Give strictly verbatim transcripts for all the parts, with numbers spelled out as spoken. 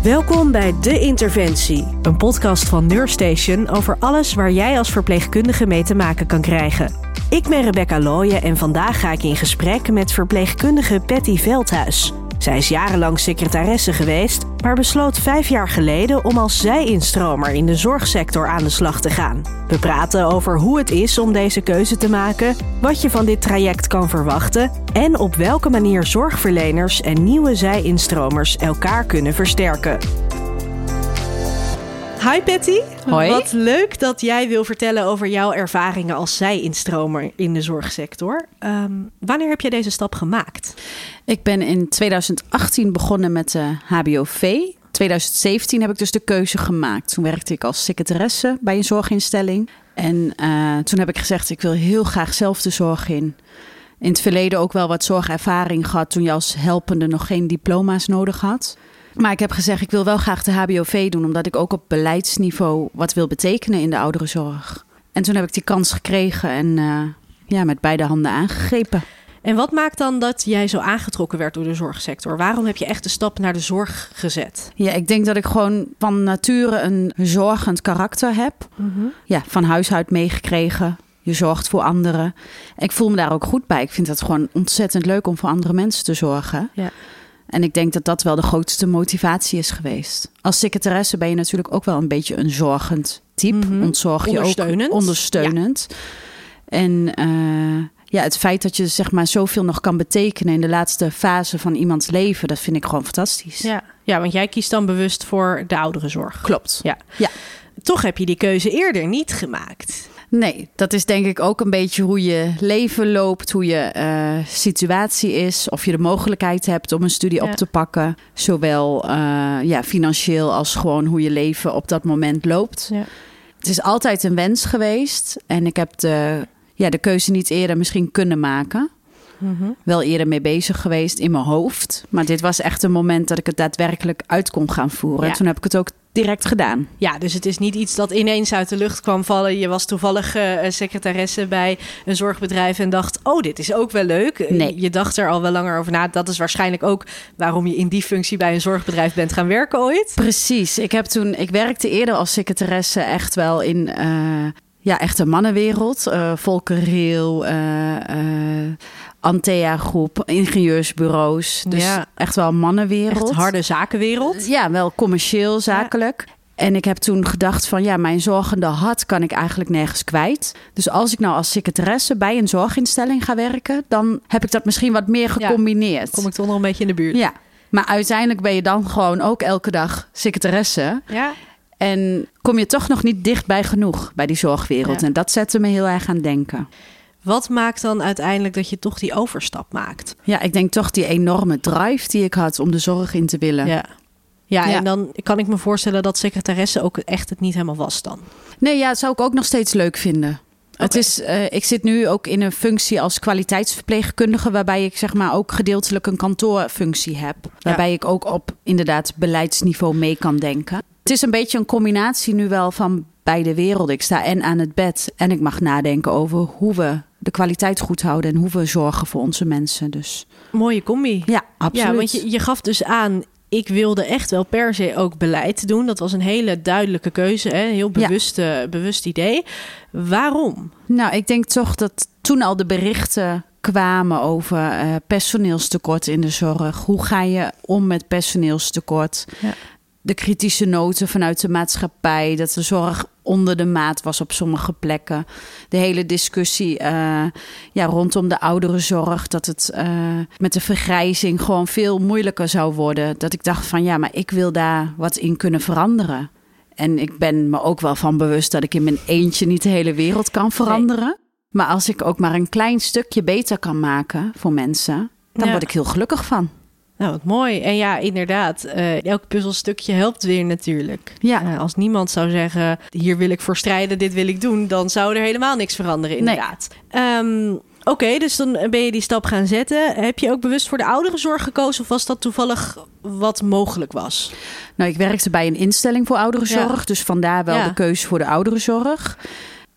Welkom bij De Interventie, een podcast van Neurstation over alles waar jij als verpleegkundige mee te maken kan krijgen. Ik ben Rebecca Looyen en vandaag ga ik in gesprek met verpleegkundige Patty Veldhuis. Zij is jarenlang secretaresse geweest, maar besloot vijf jaar geleden om als zij-instromer in de zorgsector aan de slag te gaan. We praten over hoe het is om deze keuze te maken, wat je van dit traject kan verwachten en op welke manier zorgverleners en nieuwe zij-instromers elkaar kunnen versterken. Hi Patty. Hoi. Wat leuk dat jij wil vertellen over jouw ervaringen als zij-instromer in de zorgsector. Um, wanneer heb jij deze stap gemaakt? Ik ben in twintig achttien begonnen met de H B O V. twintig zeventien heb ik dus de keuze gemaakt. Toen werkte ik als secretaresse bij een zorginstelling. En uh, toen heb ik gezegd, ik wil heel graag zelf de zorg in. In het verleden ook wel wat zorgervaring gehad toen je als helpende nog geen diploma's nodig had. Maar ik heb gezegd, ik wil wel graag de H B O V doen, omdat ik ook op beleidsniveau wat wil betekenen in de ouderenzorg. En toen heb ik die kans gekregen en uh, ja, met beide handen aangegrepen. En wat maakt dan dat jij zo aangetrokken werd door de zorgsector? Waarom heb je echt de stap naar de zorg gezet? Ja, ik denk dat ik gewoon van nature een zorgend karakter heb. Mm-hmm. Ja, van huis uit meegekregen. Je zorgt voor anderen. Ik voel me daar ook goed bij. Ik vind het gewoon ontzettend leuk om voor andere mensen te zorgen. Ja. En ik denk dat dat wel de grootste motivatie is geweest. Als secretaresse ben je natuurlijk ook wel een beetje een zorgend type. Mm-hmm. Ontzorg je ondersteunend. ook ondersteunend. Ja. En uh, ja, het feit dat je zeg maar zoveel nog kan betekenen in de laatste fase van iemands leven, dat vind ik gewoon fantastisch. Ja, ja, want jij kiest dan bewust voor de ouderenzorg. Klopt. Ja. Ja. Toch heb je die keuze eerder niet gemaakt. Nee, dat is denk ik ook een beetje hoe je leven loopt, hoe je uh, situatie is. Of je de mogelijkheid hebt om een studie ja. op te pakken. Zowel uh, ja, financieel als gewoon hoe je leven op dat moment loopt. Ja. Het is altijd een wens geweest. En ik heb de, ja, de keuze niet eerder misschien kunnen maken. Mm-hmm. Wel eerder mee bezig geweest in mijn hoofd. Maar dit was echt een moment dat ik het daadwerkelijk uit kon gaan voeren. Ja. Toen heb ik het ook direct gedaan. Ja, dus het is niet iets dat ineens uit de lucht kwam vallen. Je was toevallig uh, secretaresse bij een zorgbedrijf en dacht, oh, dit is ook wel leuk. Nee. Je dacht er al wel langer over na. Dat is waarschijnlijk ook waarom je in die functie bij een zorgbedrijf bent gaan werken ooit. Precies. Ik heb toen, ik werkte eerder als secretaresse echt wel in Uh, ja, echt een mannenwereld. Uh, Volkereel, uh, uh, Antea Groep, ingenieursbureaus. Dus ja. echt wel een mannenwereld. Echt harde zakenwereld. Ja, wel commercieel, zakelijk. Ja. En ik heb toen gedacht van ja, mijn zorgende hart kan ik eigenlijk nergens kwijt. Dus als ik nou als secretaresse bij een zorginstelling ga werken, dan heb ik dat misschien wat meer gecombineerd. Ja, kom ik toch nog een beetje in de buurt. Ja, maar uiteindelijk ben je dan gewoon ook elke dag secretaresse. Ja. En kom je toch nog niet dichtbij genoeg bij die zorgwereld. Ja. En dat zette me heel erg aan denken. Wat maakt dan uiteindelijk dat je toch die overstap maakt? Ja, ik denk toch die enorme drive die ik had om de zorg in te willen. Ja, ja, ja. En dan kan ik me voorstellen dat secretaresse ook echt het niet helemaal was dan. Nee, ja, dat zou ik ook nog steeds leuk vinden. Okay. Het is, uh, ik zit nu ook in een functie als kwaliteitsverpleegkundige, waarbij ik zeg maar ook gedeeltelijk een kantoorfunctie heb. Waarbij ja. ik ook op inderdaad beleidsniveau mee kan denken. Het is een beetje een combinatie nu wel van beide werelden. Ik sta en aan het bed en ik mag nadenken over hoe we de kwaliteit goed houden en hoe we zorgen voor onze mensen. Dus mooie combi. Ja, absoluut. Ja, want je, je gaf dus aan, ik wilde echt wel per se ook beleid doen. Dat was een hele duidelijke keuze, hè? Een heel bewust, ja. uh, bewust idee. Waarom? Nou, ik denk toch dat toen al de berichten kwamen over uh, personeelstekort in de zorg. Hoe ga je om met personeelstekort? Ja. De kritische noten vanuit de maatschappij, dat de zorg onder de maat was op sommige plekken. De hele discussie uh, ja, rondom de ouderenzorg, dat het uh, met de vergrijzing gewoon veel moeilijker zou worden. Dat ik dacht van ja, maar ik wil daar wat in kunnen veranderen. En ik ben me ook wel van bewust dat ik in mijn eentje niet de hele wereld kan veranderen. Nee. Maar als ik ook maar een klein stukje beter kan maken voor mensen, dan ja. word ik heel gelukkig van. Nou, wat mooi. En ja, inderdaad, uh, elk puzzelstukje helpt weer natuurlijk. Ja. Uh, als niemand zou zeggen, hier wil ik voor strijden, dit wil ik doen, dan zou er helemaal niks veranderen, inderdaad. Nee. Um, Oké, okay, dus dan ben je die stap gaan zetten. Heb je ook bewust voor de ouderenzorg gekozen of was dat toevallig wat mogelijk was? Nou, ik werkte bij een instelling voor ouderenzorg, ja. dus vandaar wel ja. de keuze voor de ouderenzorg.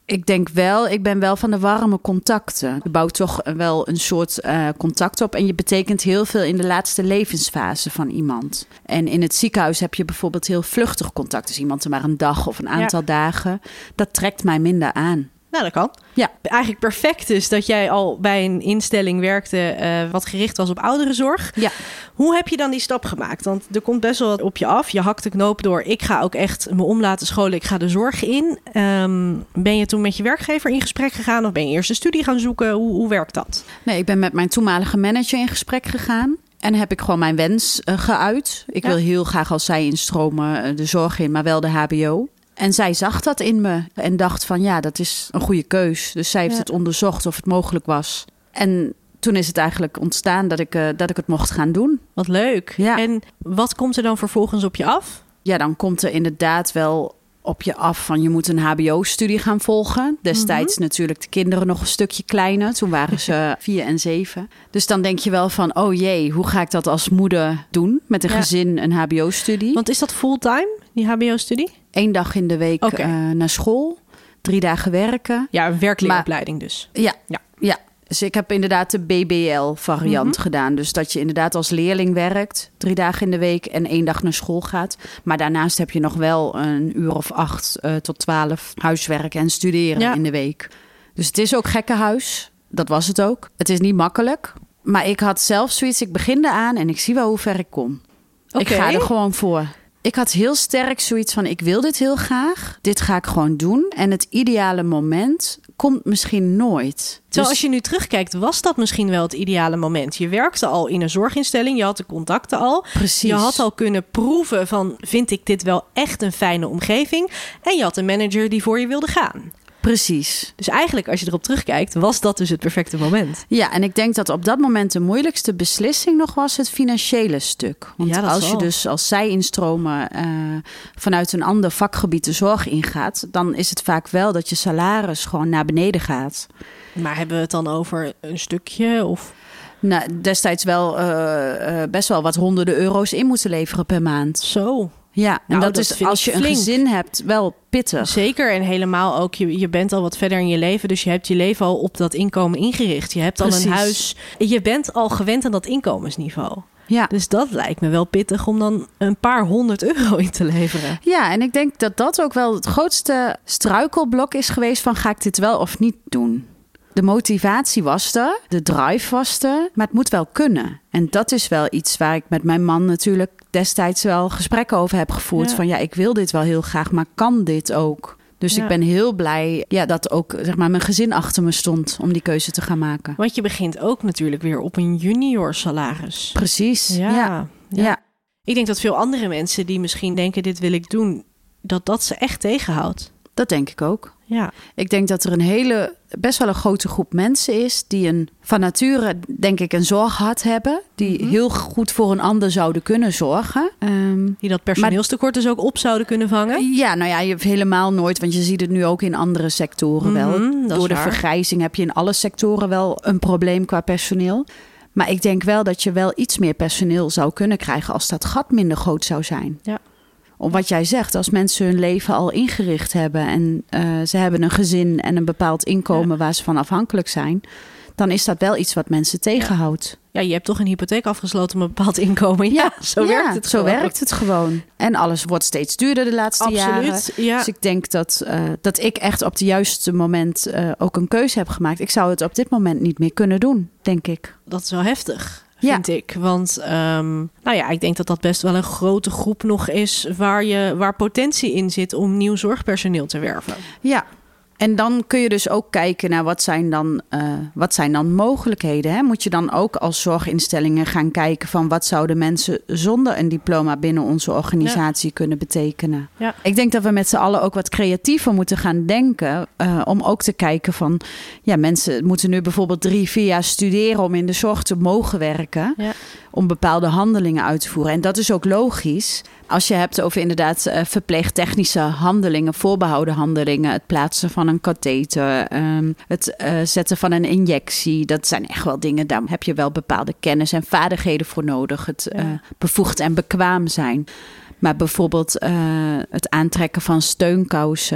Ik denk wel, ik ben wel van de warme contacten. Je bouwt toch wel een soort uh, contact op. En je betekent heel veel in de laatste levensfase van iemand. En in het ziekenhuis heb je bijvoorbeeld heel vluchtig contact. Dus iemand er maar een dag of een aantal ja. dagen. Dat trekt mij minder aan. Nou, dat kan. Ja. Eigenlijk perfect dus dat jij al bij een instelling werkte uh, wat gericht was op ouderenzorg. Ja. Hoe heb je dan die stap gemaakt? Want er komt best wel wat op je af. Je hakt de knoop door. Ik ga ook echt me om laten scholen. Ik ga de zorg in. Um, ben je toen met je werkgever in gesprek gegaan? Of ben je eerst een studie gaan zoeken? Hoe, hoe werkt dat? Nee, ik ben met mijn toenmalige manager in gesprek gegaan. En heb ik gewoon mijn wens uh, geuit. Ik ja. wil heel graag als zij instromen uh, de zorg in, maar wel de H B O. En zij zag dat in me en dacht van ja, dat is een goede keus. Dus zij heeft ja. het onderzocht of het mogelijk was. En toen is het eigenlijk ontstaan dat ik, uh, dat ik het mocht gaan doen. Wat leuk. Ja. En wat komt er dan vervolgens op je af? Ja, dan komt er inderdaad wel op je af van je moet een H B O-studie gaan volgen. Destijds mm-hmm. natuurlijk de kinderen nog een stukje kleiner. Toen waren ze vier en zeven. Dus dan denk je wel van oh jee, hoe ga ik dat als moeder doen? Met een ja. gezin een H B O-studie. Want is dat fulltime, die H B O-studie? Eén dag in de week okay. uh, naar school. Drie dagen werken. Ja, een werkleeropleiding dus. Ja, ja. ja. Dus ik heb inderdaad de B B L-variant mm-hmm. gedaan. Dus dat je inderdaad als leerling werkt. Drie dagen in de week en één dag naar school gaat. Maar daarnaast heb je nog wel een uur of acht uh, tot twaalf huiswerken en studeren ja. in de week. Dus het is ook gekkenhuis. Dat was het ook. Het is niet makkelijk. Maar ik had zelf zoiets. Ik begin eraan en ik zie wel hoe ver ik kom. Okay. Ik ga er gewoon voor. Ik had heel sterk zoiets van, ik wil dit heel graag. Dit ga ik gewoon doen. En het ideale moment komt misschien nooit. Terwijl dus als je nu terugkijkt, was dat misschien wel het ideale moment. Je werkte al in een zorginstelling, je had de contacten al. Precies. Je had al kunnen proeven van, vind ik dit wel echt een fijne omgeving? En je had een manager die voor je wilde gaan. Precies. Dus eigenlijk, als je erop terugkijkt, was dat dus het perfecte moment. Ja, en ik denk dat op dat moment de moeilijkste beslissing nog was het financiële stuk. Want ja, als zal. je dus als zij instromen uh, vanuit een ander vakgebied de zorg ingaat, dan is het vaak wel dat je salaris gewoon naar beneden gaat. Maar hebben we het dan over een stukje of... Nou, destijds wel uh, uh, best wel wat honderden euro's in moeten leveren per maand. Zo. Ja, en nou, dat, dat is als je een flink. gezin hebt wel pittig. Zeker, en helemaal ook, je, je bent al wat verder in je leven. Dus je hebt je leven al op dat inkomen ingericht. Je hebt al Precies. een huis. Je bent al gewend aan dat inkomensniveau. Ja. Dus dat lijkt me wel pittig om dan een paar honderd euro in te leveren. Ja, en ik denk dat dat ook wel het grootste struikelblok is geweest van ga ik dit wel of niet doen. De motivatie was er, de drive was er, maar het moet wel kunnen. En dat is wel iets waar ik met mijn man natuurlijk destijds wel gesprekken over heb gevoerd. Ja. Van ja, ik wil dit wel heel graag, maar kan dit ook? Dus ja. ik ben heel blij ja, dat ook zeg maar, mijn gezin achter me stond om die keuze te gaan maken. Want je begint ook natuurlijk weer op een junior salaris. Precies, ja. ja. ja. ja. Ik denk dat veel andere mensen die misschien denken dit wil ik doen, dat dat ze echt tegenhoudt. Dat denk ik ook. Ja. Ik denk dat er een hele, best wel een grote groep mensen is die een, van nature, denk ik, een zorghart hebben. Die mm-hmm. heel goed voor een ander zouden kunnen zorgen. Um, die dat personeelstekort dus ook op zouden kunnen vangen? Ja, nou ja, je hebt helemaal nooit, want je ziet het nu ook in andere sectoren mm-hmm, wel. Door de waar. vergrijzing heb je in alle sectoren wel een probleem qua personeel. Maar ik denk wel dat je wel iets meer personeel zou kunnen krijgen als dat gat minder groot zou zijn. Ja. Om wat jij zegt, als mensen hun leven al ingericht hebben en uh, ze hebben een gezin en een bepaald inkomen ja. waar ze van afhankelijk zijn, dan is dat wel iets wat mensen tegenhoudt. Ja, je hebt toch een hypotheek afgesloten met een bepaald inkomen. Ja, ja zo ja, werkt het zo gewoon. werkt het gewoon. En alles wordt steeds duurder de laatste Absoluut, jaren. Ja. Dus ik denk dat, uh, dat ik echt op het juiste moment uh, ook een keuze heb gemaakt. Ik zou het op dit moment niet meer kunnen doen, denk ik. Dat is wel heftig. Vind ja. ik. Want um, nou ja, ik denk dat dat best wel een grote groep nog is waar, je, waar potentie in zit om nieuw zorgpersoneel te werven. Ja, en dan kun je dus ook kijken naar wat zijn dan, uh, wat zijn dan mogelijkheden. Hè? Moet je dan ook als zorginstellingen gaan kijken van wat zouden mensen zonder een diploma binnen onze organisatie ja. kunnen betekenen. Ja. Ik denk dat we met z'n allen ook wat creatiever moeten gaan denken. Uh, om ook te kijken van ja, mensen moeten nu bijvoorbeeld drie, vier jaar studeren om in de zorg te mogen werken. Ja. Om bepaalde handelingen uit te voeren. En dat is ook logisch. Als je hebt over inderdaad uh, verpleegtechnische handelingen, voorbehouden handelingen, het plaatsen van een katheter, um, het uh, zetten van een injectie. Dat zijn echt wel dingen, daar heb je wel bepaalde kennis en vaardigheden voor nodig. Het uh, bevoegd en bekwaam zijn. Maar bijvoorbeeld uh, het aantrekken van steunkousen.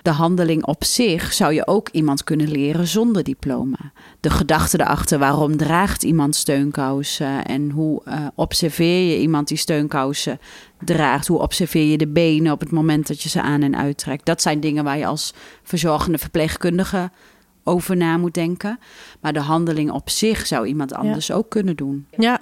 de handeling op zich zou je ook iemand kunnen leren zonder diploma. De gedachte erachter, waarom draagt iemand steunkousen en hoe uh, observeer je iemand die steunkousen draagt? Hoe observeer je de benen op het moment dat je ze aan en uittrekt? Dat zijn dingen waar je als verzorgende verpleegkundige over na moet denken. Maar de handeling op zich zou iemand anders ja. ook kunnen doen. Ja.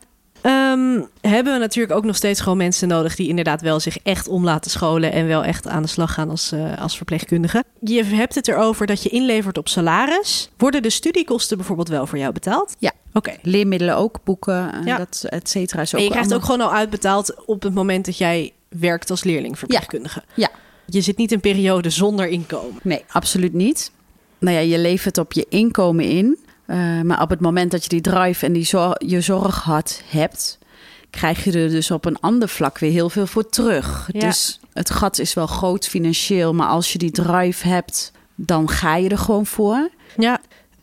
Um, hebben we natuurlijk ook nog steeds gewoon mensen nodig die inderdaad wel zich echt om laten scholen en wel echt aan de slag gaan als, uh, als verpleegkundige. Je hebt het erover dat je inlevert op salaris. Worden de studiekosten bijvoorbeeld wel voor jou betaald? Ja. Oké. Okay. Leermiddelen ook, boeken, ja. dat, et cetera. En je krijgt allemaal ook gewoon al uitbetaald op het moment dat jij werkt als leerling verpleegkundige. Ja. ja. Je zit niet een periode zonder inkomen. Nee, absoluut niet. Nou ja, je levert op je inkomen in. Uh, maar op het moment dat je die drive en die zor- je zorg hard hebt, krijg je er dus op een ander vlak weer heel veel voor terug. Ja. Dus het gat is wel groot financieel, maar als je die drive hebt, dan ga je er gewoon voor. Ja,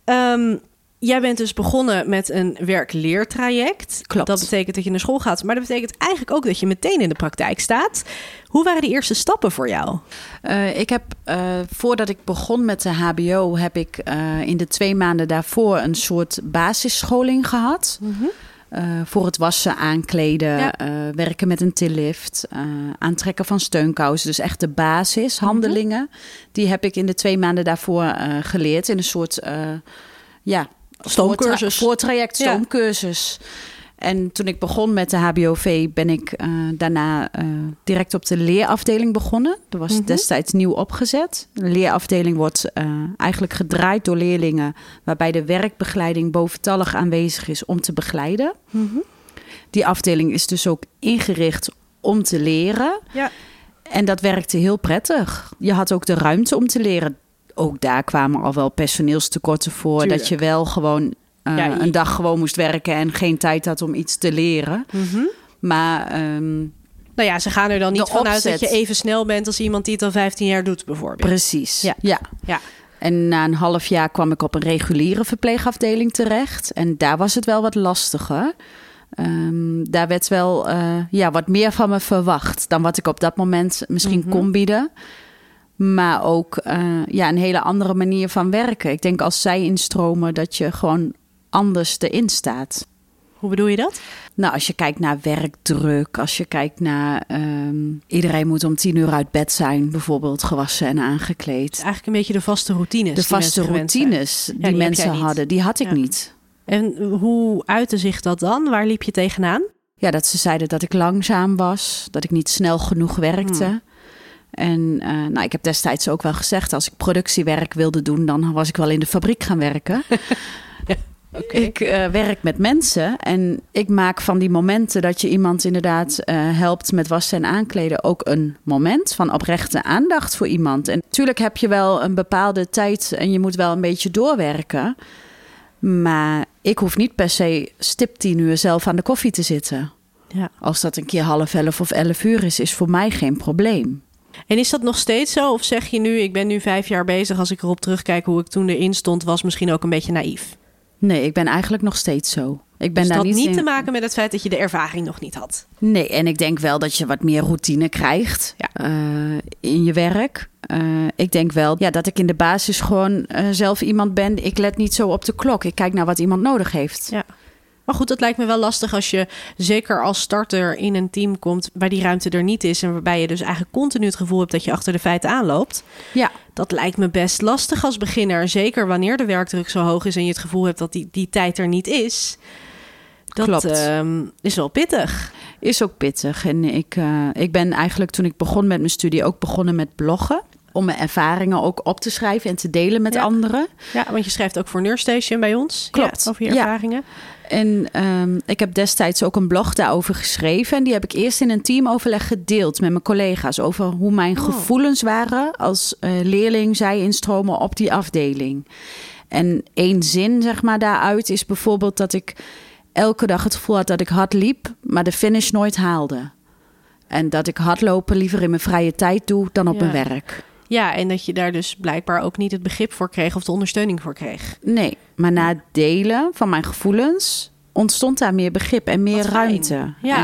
um, jij bent dus begonnen met een werk-leertraject. Klopt. Dat betekent dat je naar school gaat, maar dat betekent eigenlijk ook dat je meteen in de praktijk staat. Hoe waren die eerste stappen voor jou? Uh, ik heb, uh, voordat ik begon met de H B O, heb ik uh, in de twee maanden daarvoor een soort basisscholing gehad. Mm-hmm. Uh, voor het wassen, aankleden, ja. uh, werken met een tillift, uh, aantrekken van steunkousen. Dus echt de basishandelingen. Mm-hmm. Die heb ik in de twee maanden daarvoor uh, geleerd in een soort uh, ja, stoomcursus. Voortraject, stoomcursus. Ja. En toen ik begon met de H B O V ben ik uh, daarna uh, direct op de leerafdeling begonnen. Dat was mm-hmm. destijds nieuw opgezet. De leerafdeling wordt uh, eigenlijk gedraaid door leerlingen, waarbij de werkbegeleiding boventallig aanwezig is om te begeleiden. Mm-hmm. Die afdeling is dus ook ingericht om te leren. Ja. En dat werkte heel prettig. Je had ook de ruimte om te leren. Ook daar kwamen al wel personeelstekorten voor. Tuurlijk. Dat je wel gewoon Uh, ja, je... een dag gewoon moest werken en geen tijd had om iets te leren. Mm-hmm. Maar um, nou ja, ze gaan er dan niet vanuit opzet... dat je even snel bent als iemand die het al vijftien jaar doet, bijvoorbeeld. Precies, ja. ja. ja. En na een half jaar kwam ik op een reguliere verpleegafdeling terecht. En daar was het wel wat lastiger. Um, daar werd wel uh, ja, wat meer van me verwacht dan wat ik op dat moment misschien mm-hmm. kon bieden. Maar ook uh, ja, een hele andere manier van werken. Ik denk als zij instromen dat je gewoon anders erin staat. Hoe bedoel je dat? Nou, als je kijkt naar werkdruk, als je kijkt naar um, iedereen moet om tien uur uit bed zijn, bijvoorbeeld gewassen en aangekleed. Eigenlijk een beetje de vaste routines. De vaste routines die, ja, die mensen hadden, die had ik ja. niet. En hoe uitte zich dat dan? Waar liep je tegenaan? Ja, dat ze zeiden dat ik langzaam was, dat ik niet snel genoeg werkte. Hmm. En uh, nou, ik heb destijds ook wel gezegd, als ik productiewerk wilde doen, dan was ik wel in de fabriek gaan werken. ja, okay. Ik uh, werk met mensen en ik maak van die momenten dat je iemand inderdaad uh, helpt met wassen en aankleden ook een moment van oprechte aandacht voor iemand. En natuurlijk heb je wel een bepaalde tijd en je moet wel een beetje doorwerken. Maar ik hoef niet per se stip tien uur zelf aan de koffie te zitten. Ja. Als dat een keer half elf of elf uur is, is voor mij geen probleem. En is dat nog steeds zo? Of zeg je nu, ik ben nu vijf jaar bezig, als ik erop terugkijk hoe ik toen erin stond, was misschien ook een beetje naïef? Nee, ik ben eigenlijk nog steeds zo. Ik ben dus daar dat niet niet in... te maken met het feit dat je de ervaring nog niet had? Nee, en ik denk wel dat je wat meer routine krijgt ja. uh, in je werk. Uh, ik denk wel ja, dat ik in de basis gewoon uh, zelf iemand ben. Ik let niet zo op de klok. Ik kijk naar wat iemand nodig heeft. Ja. Maar goed, dat lijkt me wel lastig als je zeker als starter in een team komt waar die ruimte er niet is en waarbij je dus eigenlijk continu het gevoel hebt dat je achter de feiten aanloopt. Ja. Dat lijkt me best lastig als beginner. Zeker wanneer de werkdruk zo hoog is en je het gevoel hebt dat die, die tijd er niet is. Dat Klopt. Um, is wel pittig. Is ook pittig. En ik, uh, ik ben eigenlijk toen ik begon met mijn studie ook begonnen met bloggen. Om mijn ervaringen ook op te schrijven en te delen met ja. anderen. Ja, want je schrijft ook voor Nurstation bij ons. Klopt. Ja, over je ervaringen. Ja. En um, ik heb destijds ook een blog daarover geschreven. En die heb ik eerst in een teamoverleg gedeeld met mijn collega's. Over hoe mijn oh. gevoelens waren als uh, leerling zij instromen op die afdeling. En één zin zeg maar daaruit is bijvoorbeeld dat ik elke dag het gevoel had dat ik hard liep, maar de finish nooit haalde. En dat ik hardlopen liever in mijn vrije tijd doe dan op ja. mijn werk. Ja, en dat je daar dus blijkbaar ook niet het begrip voor kreeg of de ondersteuning voor kreeg. Nee, maar na het delen van mijn gevoelens ontstond daar meer begrip en meer ruimte. Ja. En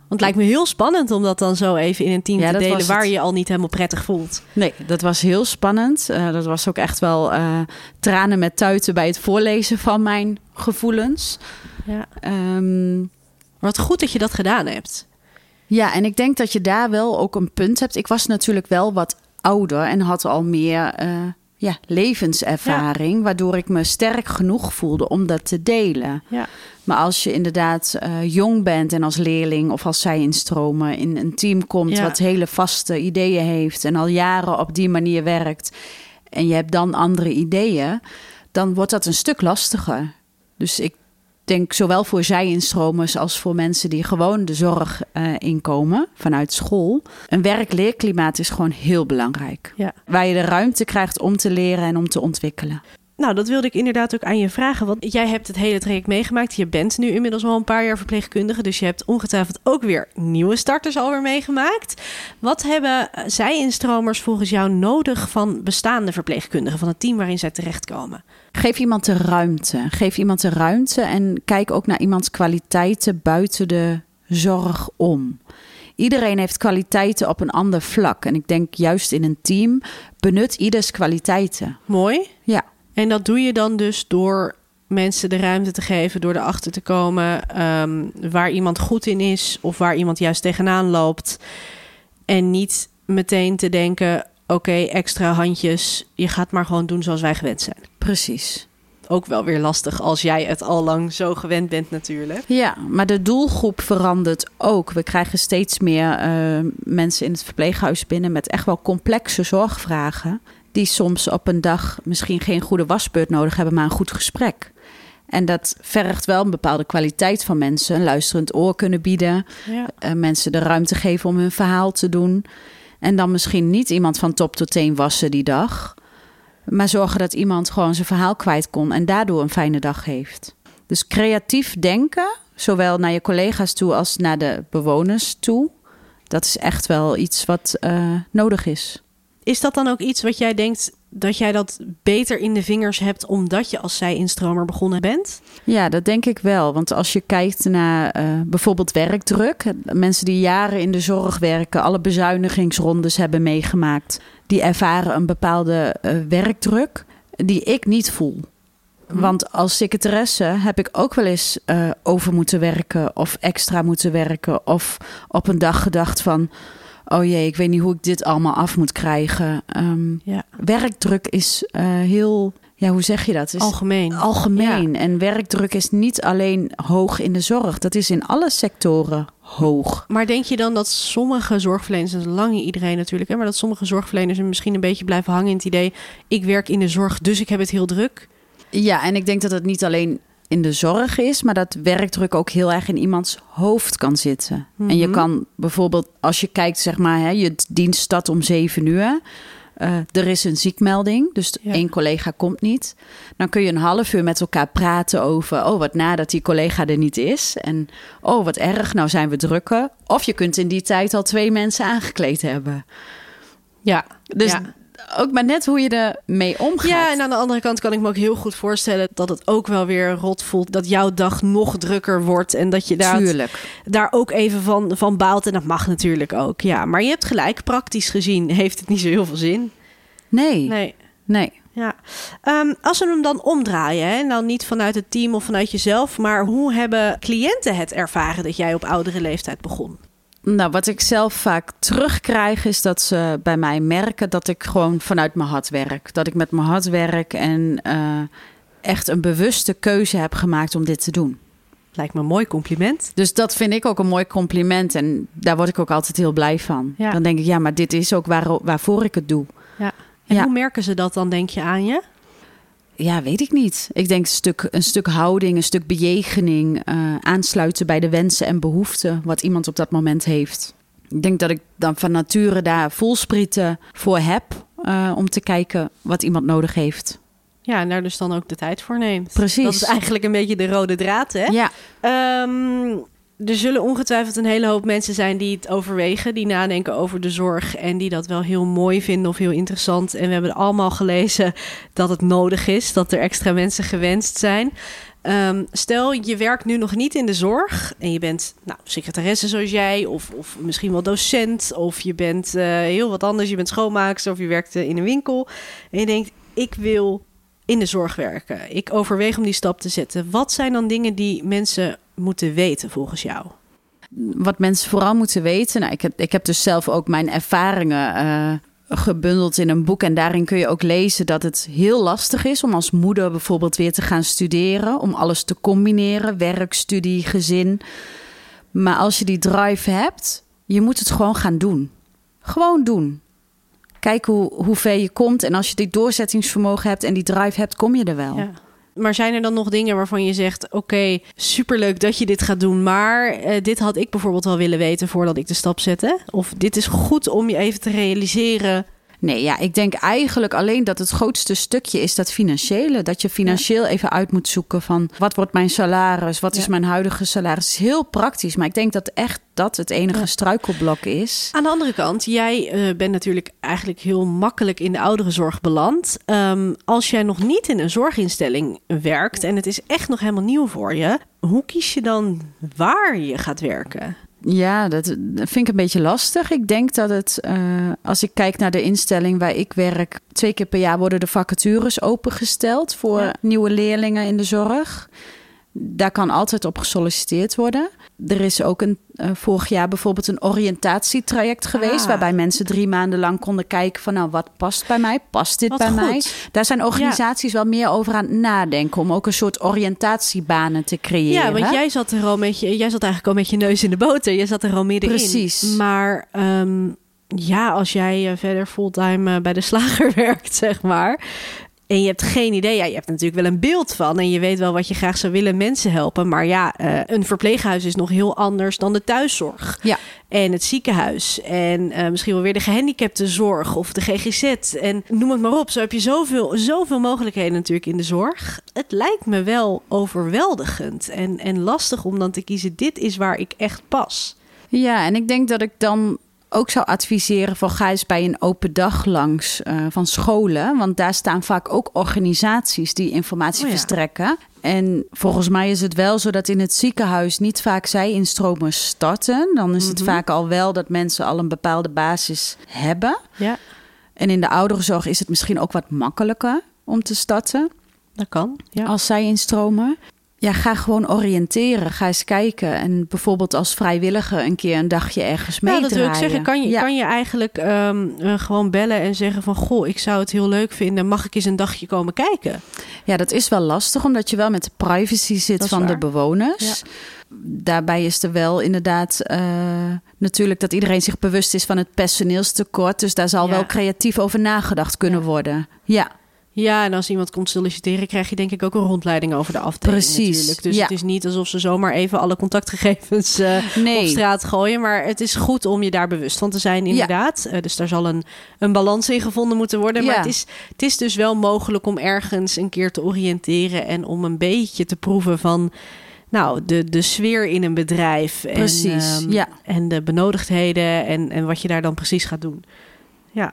Want het lijkt me heel spannend om dat dan zo even in een team ja, te delen waar je je al niet helemaal prettig voelt. Nee, dat was heel spannend. Uh, dat was ook echt wel uh, tranen met tuiten bij het voorlezen van mijn gevoelens. Ja. Um, Wat goed dat je dat gedaan hebt. Ja, en ik denk dat je daar wel ook een punt hebt. Ik was natuurlijk wel wat ouder en had al meer uh, ja, levenservaring, ja. waardoor ik me sterk genoeg voelde om dat te delen. Ja. Maar als je inderdaad uh, jong bent en als leerling of als zij-instromer in een team komt ja. wat hele vaste ideeën heeft en al jaren op die manier werkt en je hebt dan andere ideeën, dan wordt dat een stuk lastiger. Dus ik denk zowel voor zij-instromers als voor mensen die gewoon de zorg uh, inkomen vanuit school. Een werk-leerklimaat is gewoon heel belangrijk. Ja. Waar je de ruimte krijgt om te leren en om te ontwikkelen. Nou, dat wilde ik inderdaad ook aan je vragen. Want jij hebt het hele traject meegemaakt. Je bent nu inmiddels al een paar jaar verpleegkundige. Dus je hebt ongetwijfeld ook weer nieuwe starters alweer meegemaakt. Wat hebben zij-instromers volgens jou nodig van bestaande verpleegkundigen, van het team waarin zij terechtkomen? Geef iemand de ruimte. Geef iemand de ruimte en kijk ook naar iemands kwaliteiten buiten de zorg om. Iedereen heeft kwaliteiten op een ander vlak. En ik denk juist in een team, benut ieders kwaliteiten. Mooi. Ja. En dat doe je dan dus door mensen de ruimte te geven, door erachter te komen um, waar iemand goed in is of waar iemand juist tegenaan loopt. En niet meteen te denken, oké, okay, extra handjes, je gaat maar gewoon doen zoals wij gewend zijn. Precies. Ook wel weer lastig als jij het al lang zo gewend bent natuurlijk. Ja, maar de doelgroep verandert ook. We krijgen steeds meer uh, mensen in het verpleeghuis binnen met echt wel complexe zorgvragen, die soms op een dag misschien geen goede wasbeurt nodig hebben, maar een goed gesprek. En dat vergt wel een bepaalde kwaliteit van mensen. Een luisterend oor kunnen bieden. Ja. Uh, mensen de ruimte geven om hun verhaal te doen. En dan misschien niet iemand van top tot teen wassen die dag, maar zorgen dat iemand gewoon zijn verhaal kwijt kon en daardoor een fijne dag heeft. Dus creatief denken, zowel naar je collega's toe als naar de bewoners toe, dat is echt wel iets wat uh, nodig is. Is dat dan ook iets wat jij denkt dat jij dat beter in de vingers hebt omdat je als zij-instromer begonnen bent? Ja, dat denk ik wel. Want als je kijkt naar uh, bijvoorbeeld werkdruk, mensen die jaren in de zorg werken, alle bezuinigingsrondes hebben meegemaakt, die ervaren een bepaalde uh, werkdruk die ik niet voel. Hmm. Want als secretaresse heb ik ook wel eens uh, over moeten werken of extra moeten werken of op een dag gedacht van, oh jee, ik weet niet hoe ik dit allemaal af moet krijgen. Um, ja. Werkdruk is uh, heel, ja, hoe zeg je dat? Is algemeen. Algemeen. Ja. En werkdruk is niet alleen hoog in de zorg. Dat is in alle sectoren hoog. Maar denk je dan dat sommige zorgverleners, en lang niet iedereen natuurlijk, hè, maar dat sommige zorgverleners misschien een beetje blijven hangen in het idee, ik werk in de zorg, dus ik heb het heel druk? Ja, en ik denk dat het niet alleen in de zorg is, maar dat werkdruk ook heel erg in iemands hoofd kan zitten. Mm-hmm. En je kan bijvoorbeeld, als je kijkt, zeg maar, hè, je dienst start om zeven uur. Uh, er is een ziekmelding, dus ja. één collega komt niet. Dan kun je een half uur met elkaar praten over, oh, wat nadat die collega er niet is. En oh, wat erg, nou zijn we drukker. Of je kunt in die tijd al twee mensen aangekleed hebben. Ja, dus ja. ook maar net hoe je ermee omgaat. Ja, en aan de andere kant kan ik me ook heel goed voorstellen dat het ook wel weer rot voelt, dat jouw dag nog drukker wordt en dat je daar, daar ook even van, van baalt. En dat mag natuurlijk ook, ja. Maar je hebt gelijk, praktisch gezien heeft het niet zo heel veel zin. Nee. Nee. Nee. Ja. Um, als we hem dan omdraaien, hè, nou niet vanuit het team of vanuit jezelf, maar hoe hebben cliënten het ervaren dat jij op oudere leeftijd begon? Nou, wat ik zelf vaak terugkrijg is dat ze bij mij merken dat ik gewoon vanuit mijn hart werk. Dat ik met mijn hart werk en uh, echt een bewuste keuze heb gemaakt om dit te doen. Lijkt me een mooi compliment. Dus dat vind ik ook een mooi compliment en daar word ik ook altijd heel blij van. Ja. Dan denk ik, ja, maar dit is ook waar, waarvoor ik het doe. Ja. En ja. hoe merken ze dat dan, denk je, aan je? Ja, weet ik niet. Ik denk een stuk, een stuk houding, een stuk bejegening, uh, aansluiten bij de wensen en behoeften wat iemand op dat moment heeft. Ik denk dat ik dan van nature daar voelsprieten voor heb uh, om te kijken wat iemand nodig heeft. Ja, en daar dus dan ook de tijd voor neemt. Precies. Dat is eigenlijk een beetje de rode draad, hè? Ja. Um, er zullen ongetwijfeld een hele hoop mensen zijn die het overwegen, die nadenken over de zorg en die dat wel heel mooi vinden of heel interessant. En we hebben allemaal gelezen dat het nodig is, dat er extra mensen gewenst zijn. Um, stel, je werkt nu nog niet in de zorg en je bent nou, secretaresse zoals jij, of, of misschien wel docent, of je bent uh, heel wat anders, je bent schoonmaakster of je werkt uh, in een winkel. En je denkt, ik wil in de zorg werken. Ik overweeg om die stap te zetten. Wat zijn dan dingen die mensen moeten weten volgens jou? Wat mensen vooral moeten weten, nou, ik, heb, ik heb dus zelf ook mijn ervaringen uh, gebundeld in een boek. En daarin kun je ook lezen dat het heel lastig is om als moeder bijvoorbeeld weer te gaan studeren. Om alles te combineren, werk, studie, gezin. Maar als je die drive hebt, je moet het gewoon gaan doen. Gewoon doen. Kijk hoe, hoe ver je komt. En als je die doorzettingsvermogen hebt en die drive hebt, kom je er wel. Ja. Maar zijn er dan nog dingen waarvan je zegt, oké, okay, superleuk dat je dit gaat doen, maar uh, dit had ik bijvoorbeeld wel willen weten voordat ik de stap zette? Of dit is goed om je even te realiseren? Nee, ja, ik denk eigenlijk alleen dat het grootste stukje is dat financiële. Dat je financieel ja. even uit moet zoeken van wat wordt mijn salaris? Wat ja. is mijn huidige salaris? Het is heel praktisch, maar ik denk dat echt dat het enige ja. struikelblok is. Aan de andere kant, jij uh, bent natuurlijk eigenlijk heel makkelijk in de ouderenzorg beland. Um, als jij nog niet in een zorginstelling werkt en het is echt nog helemaal nieuw voor je, hoe kies je dan waar je gaat werken? Ja, dat vind ik een beetje lastig. Ik denk dat het, uh, als ik kijk naar de instelling waar ik werk, twee keer per jaar worden de vacatures opengesteld voor ja. nieuwe leerlingen in de zorg. Daar kan altijd op gesolliciteerd worden. Er is ook een, uh, vorig jaar bijvoorbeeld een oriëntatietraject geweest, ah. waarbij mensen drie maanden lang konden kijken van nou, wat past bij mij? Past dit wat bij goed. mij? Daar zijn organisaties ja. wel meer over aan het nadenken om ook een soort oriëntatiebanen te creëren. Ja, want jij zat er al met je, jij zat eigenlijk al met je neus in de boter. Je zat er al middenin. Precies. Maar um, ja, als jij uh, verder fulltime uh, bij de slager werkt, zeg maar, en je hebt geen idee. Ja, je hebt natuurlijk wel een beeld van. En je weet wel wat je graag zou willen, mensen helpen. Maar ja, uh, een verpleeghuis is nog heel anders dan de thuiszorg. Ja. En het ziekenhuis. En uh, misschien wel weer de gehandicaptenzorg of de G G Z. En noem het maar op. Zo heb je zoveel, zoveel mogelijkheden natuurlijk in de zorg. Het lijkt me wel overweldigend. En, en lastig om dan te kiezen, dit is waar ik echt pas. Ja, en ik denk dat ik dan ook zou adviseren van ga eens bij een open dag langs uh, van scholen. Want daar staan vaak ook organisaties die informatie oh ja. verstrekken. En volgens mij is het wel zo dat in het ziekenhuis niet vaak zij-instromen starten. Dan is het mm-hmm. vaak al wel dat mensen al een bepaalde basis hebben. Ja. En in de ouderenzorg is het misschien ook wat makkelijker om te starten. Dat kan, ja. Als zij-instromen. Ja, ga gewoon oriënteren. Ga eens kijken. En bijvoorbeeld als vrijwilliger een keer een dagje ergens mee ja, dat te wil ik rijden. zeggen. Kan je, ja. kan je eigenlijk um, uh, gewoon bellen en zeggen van goh, ik zou het heel leuk vinden. Mag ik eens een dagje komen kijken? Ja, dat is wel lastig, omdat je wel met de privacy zit van waar. de bewoners. Ja. Daarbij is er wel inderdaad uh, natuurlijk dat iedereen zich bewust is van het personeelstekort. Dus daar zal ja. wel creatief over nagedacht kunnen ja. worden. Ja. Ja, en als iemand komt solliciteren, krijg je denk ik ook een rondleiding over de afdeling. Precies. Natuurlijk. Dus ja. het is niet alsof ze zomaar even alle contactgegevens uh, nee. op straat gooien. Maar het is goed om je daar bewust van te zijn, inderdaad. Ja. Uh, dus daar zal een, een balans in gevonden moeten worden. Maar ja. het, is, het is dus wel mogelijk om ergens een keer te oriënteren en om een beetje te proeven van nou, de, de sfeer in een bedrijf. En, precies, um, ja. en de benodigdheden en, en wat je daar dan precies gaat doen. Ja.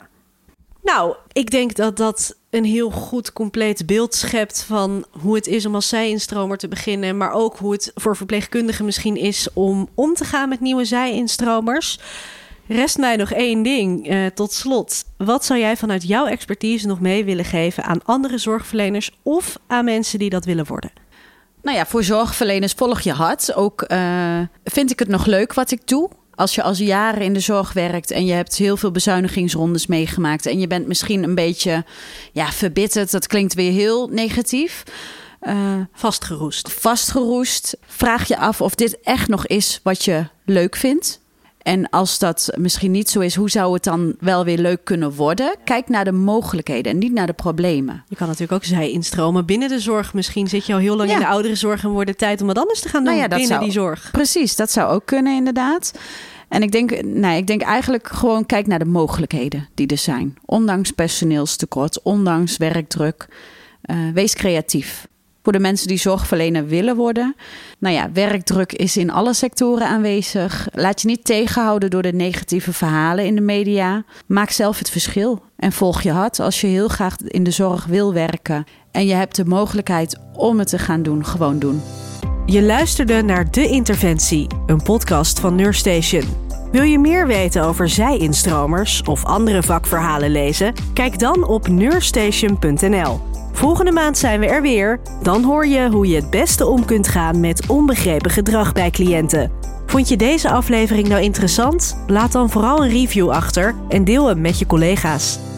Nou, ik denk dat dat een heel goed compleet beeld schept van hoe het is om als zij-instromer te beginnen, maar ook hoe het voor verpleegkundigen misschien is om om te gaan met nieuwe zij-instromers. Rest mij nog één ding uh, tot slot. Wat zou jij vanuit jouw expertise nog mee willen geven aan andere zorgverleners of aan mensen die dat willen worden? Nou ja, voor zorgverleners volg je hart. Ook uh, vind ik het nog leuk wat ik doe. Als je als jaren in de zorg werkt en je hebt heel veel bezuinigingsrondes meegemaakt en je bent misschien een beetje ja, verbitterd, dat klinkt weer heel negatief. Uh, vastgeroest. Vastgeroest. Vraag je af of dit echt nog is wat je leuk vindt. En als dat misschien niet zo is, hoe zou het dan wel weer leuk kunnen worden? Kijk naar de mogelijkheden en niet naar de problemen. Je kan natuurlijk ook zij-instromen binnen de zorg. Misschien zit je al heel lang ja. in de ouderenzorg en wordt het tijd om wat anders te gaan doen nou ja, binnen zou, die zorg. Precies, dat zou ook kunnen inderdaad. En ik denk, nou, ik denk eigenlijk gewoon kijk naar de mogelijkheden die er zijn. Ondanks personeelstekort, ondanks werkdruk. Uh, wees creatief. voor de mensen die zorgverlener willen worden. Nou ja, werkdruk is in alle sectoren aanwezig. Laat je niet tegenhouden door de negatieve verhalen in de media. Maak zelf het verschil en volg je hart als je heel graag in de zorg wil werken. En je hebt de mogelijkheid om het te gaan doen, gewoon doen. Je luisterde naar De Interventie, een podcast van NurseStation. Wil je meer weten over zij-instromers of andere vakverhalen lezen? Kijk dan op nurstation punt n l. Volgende maand zijn we er weer. Dan hoor je hoe je het beste om kunt gaan met onbegrepen gedrag bij cliënten. Vond je deze aflevering nou interessant? Laat dan vooral een review achter en deel hem met je collega's.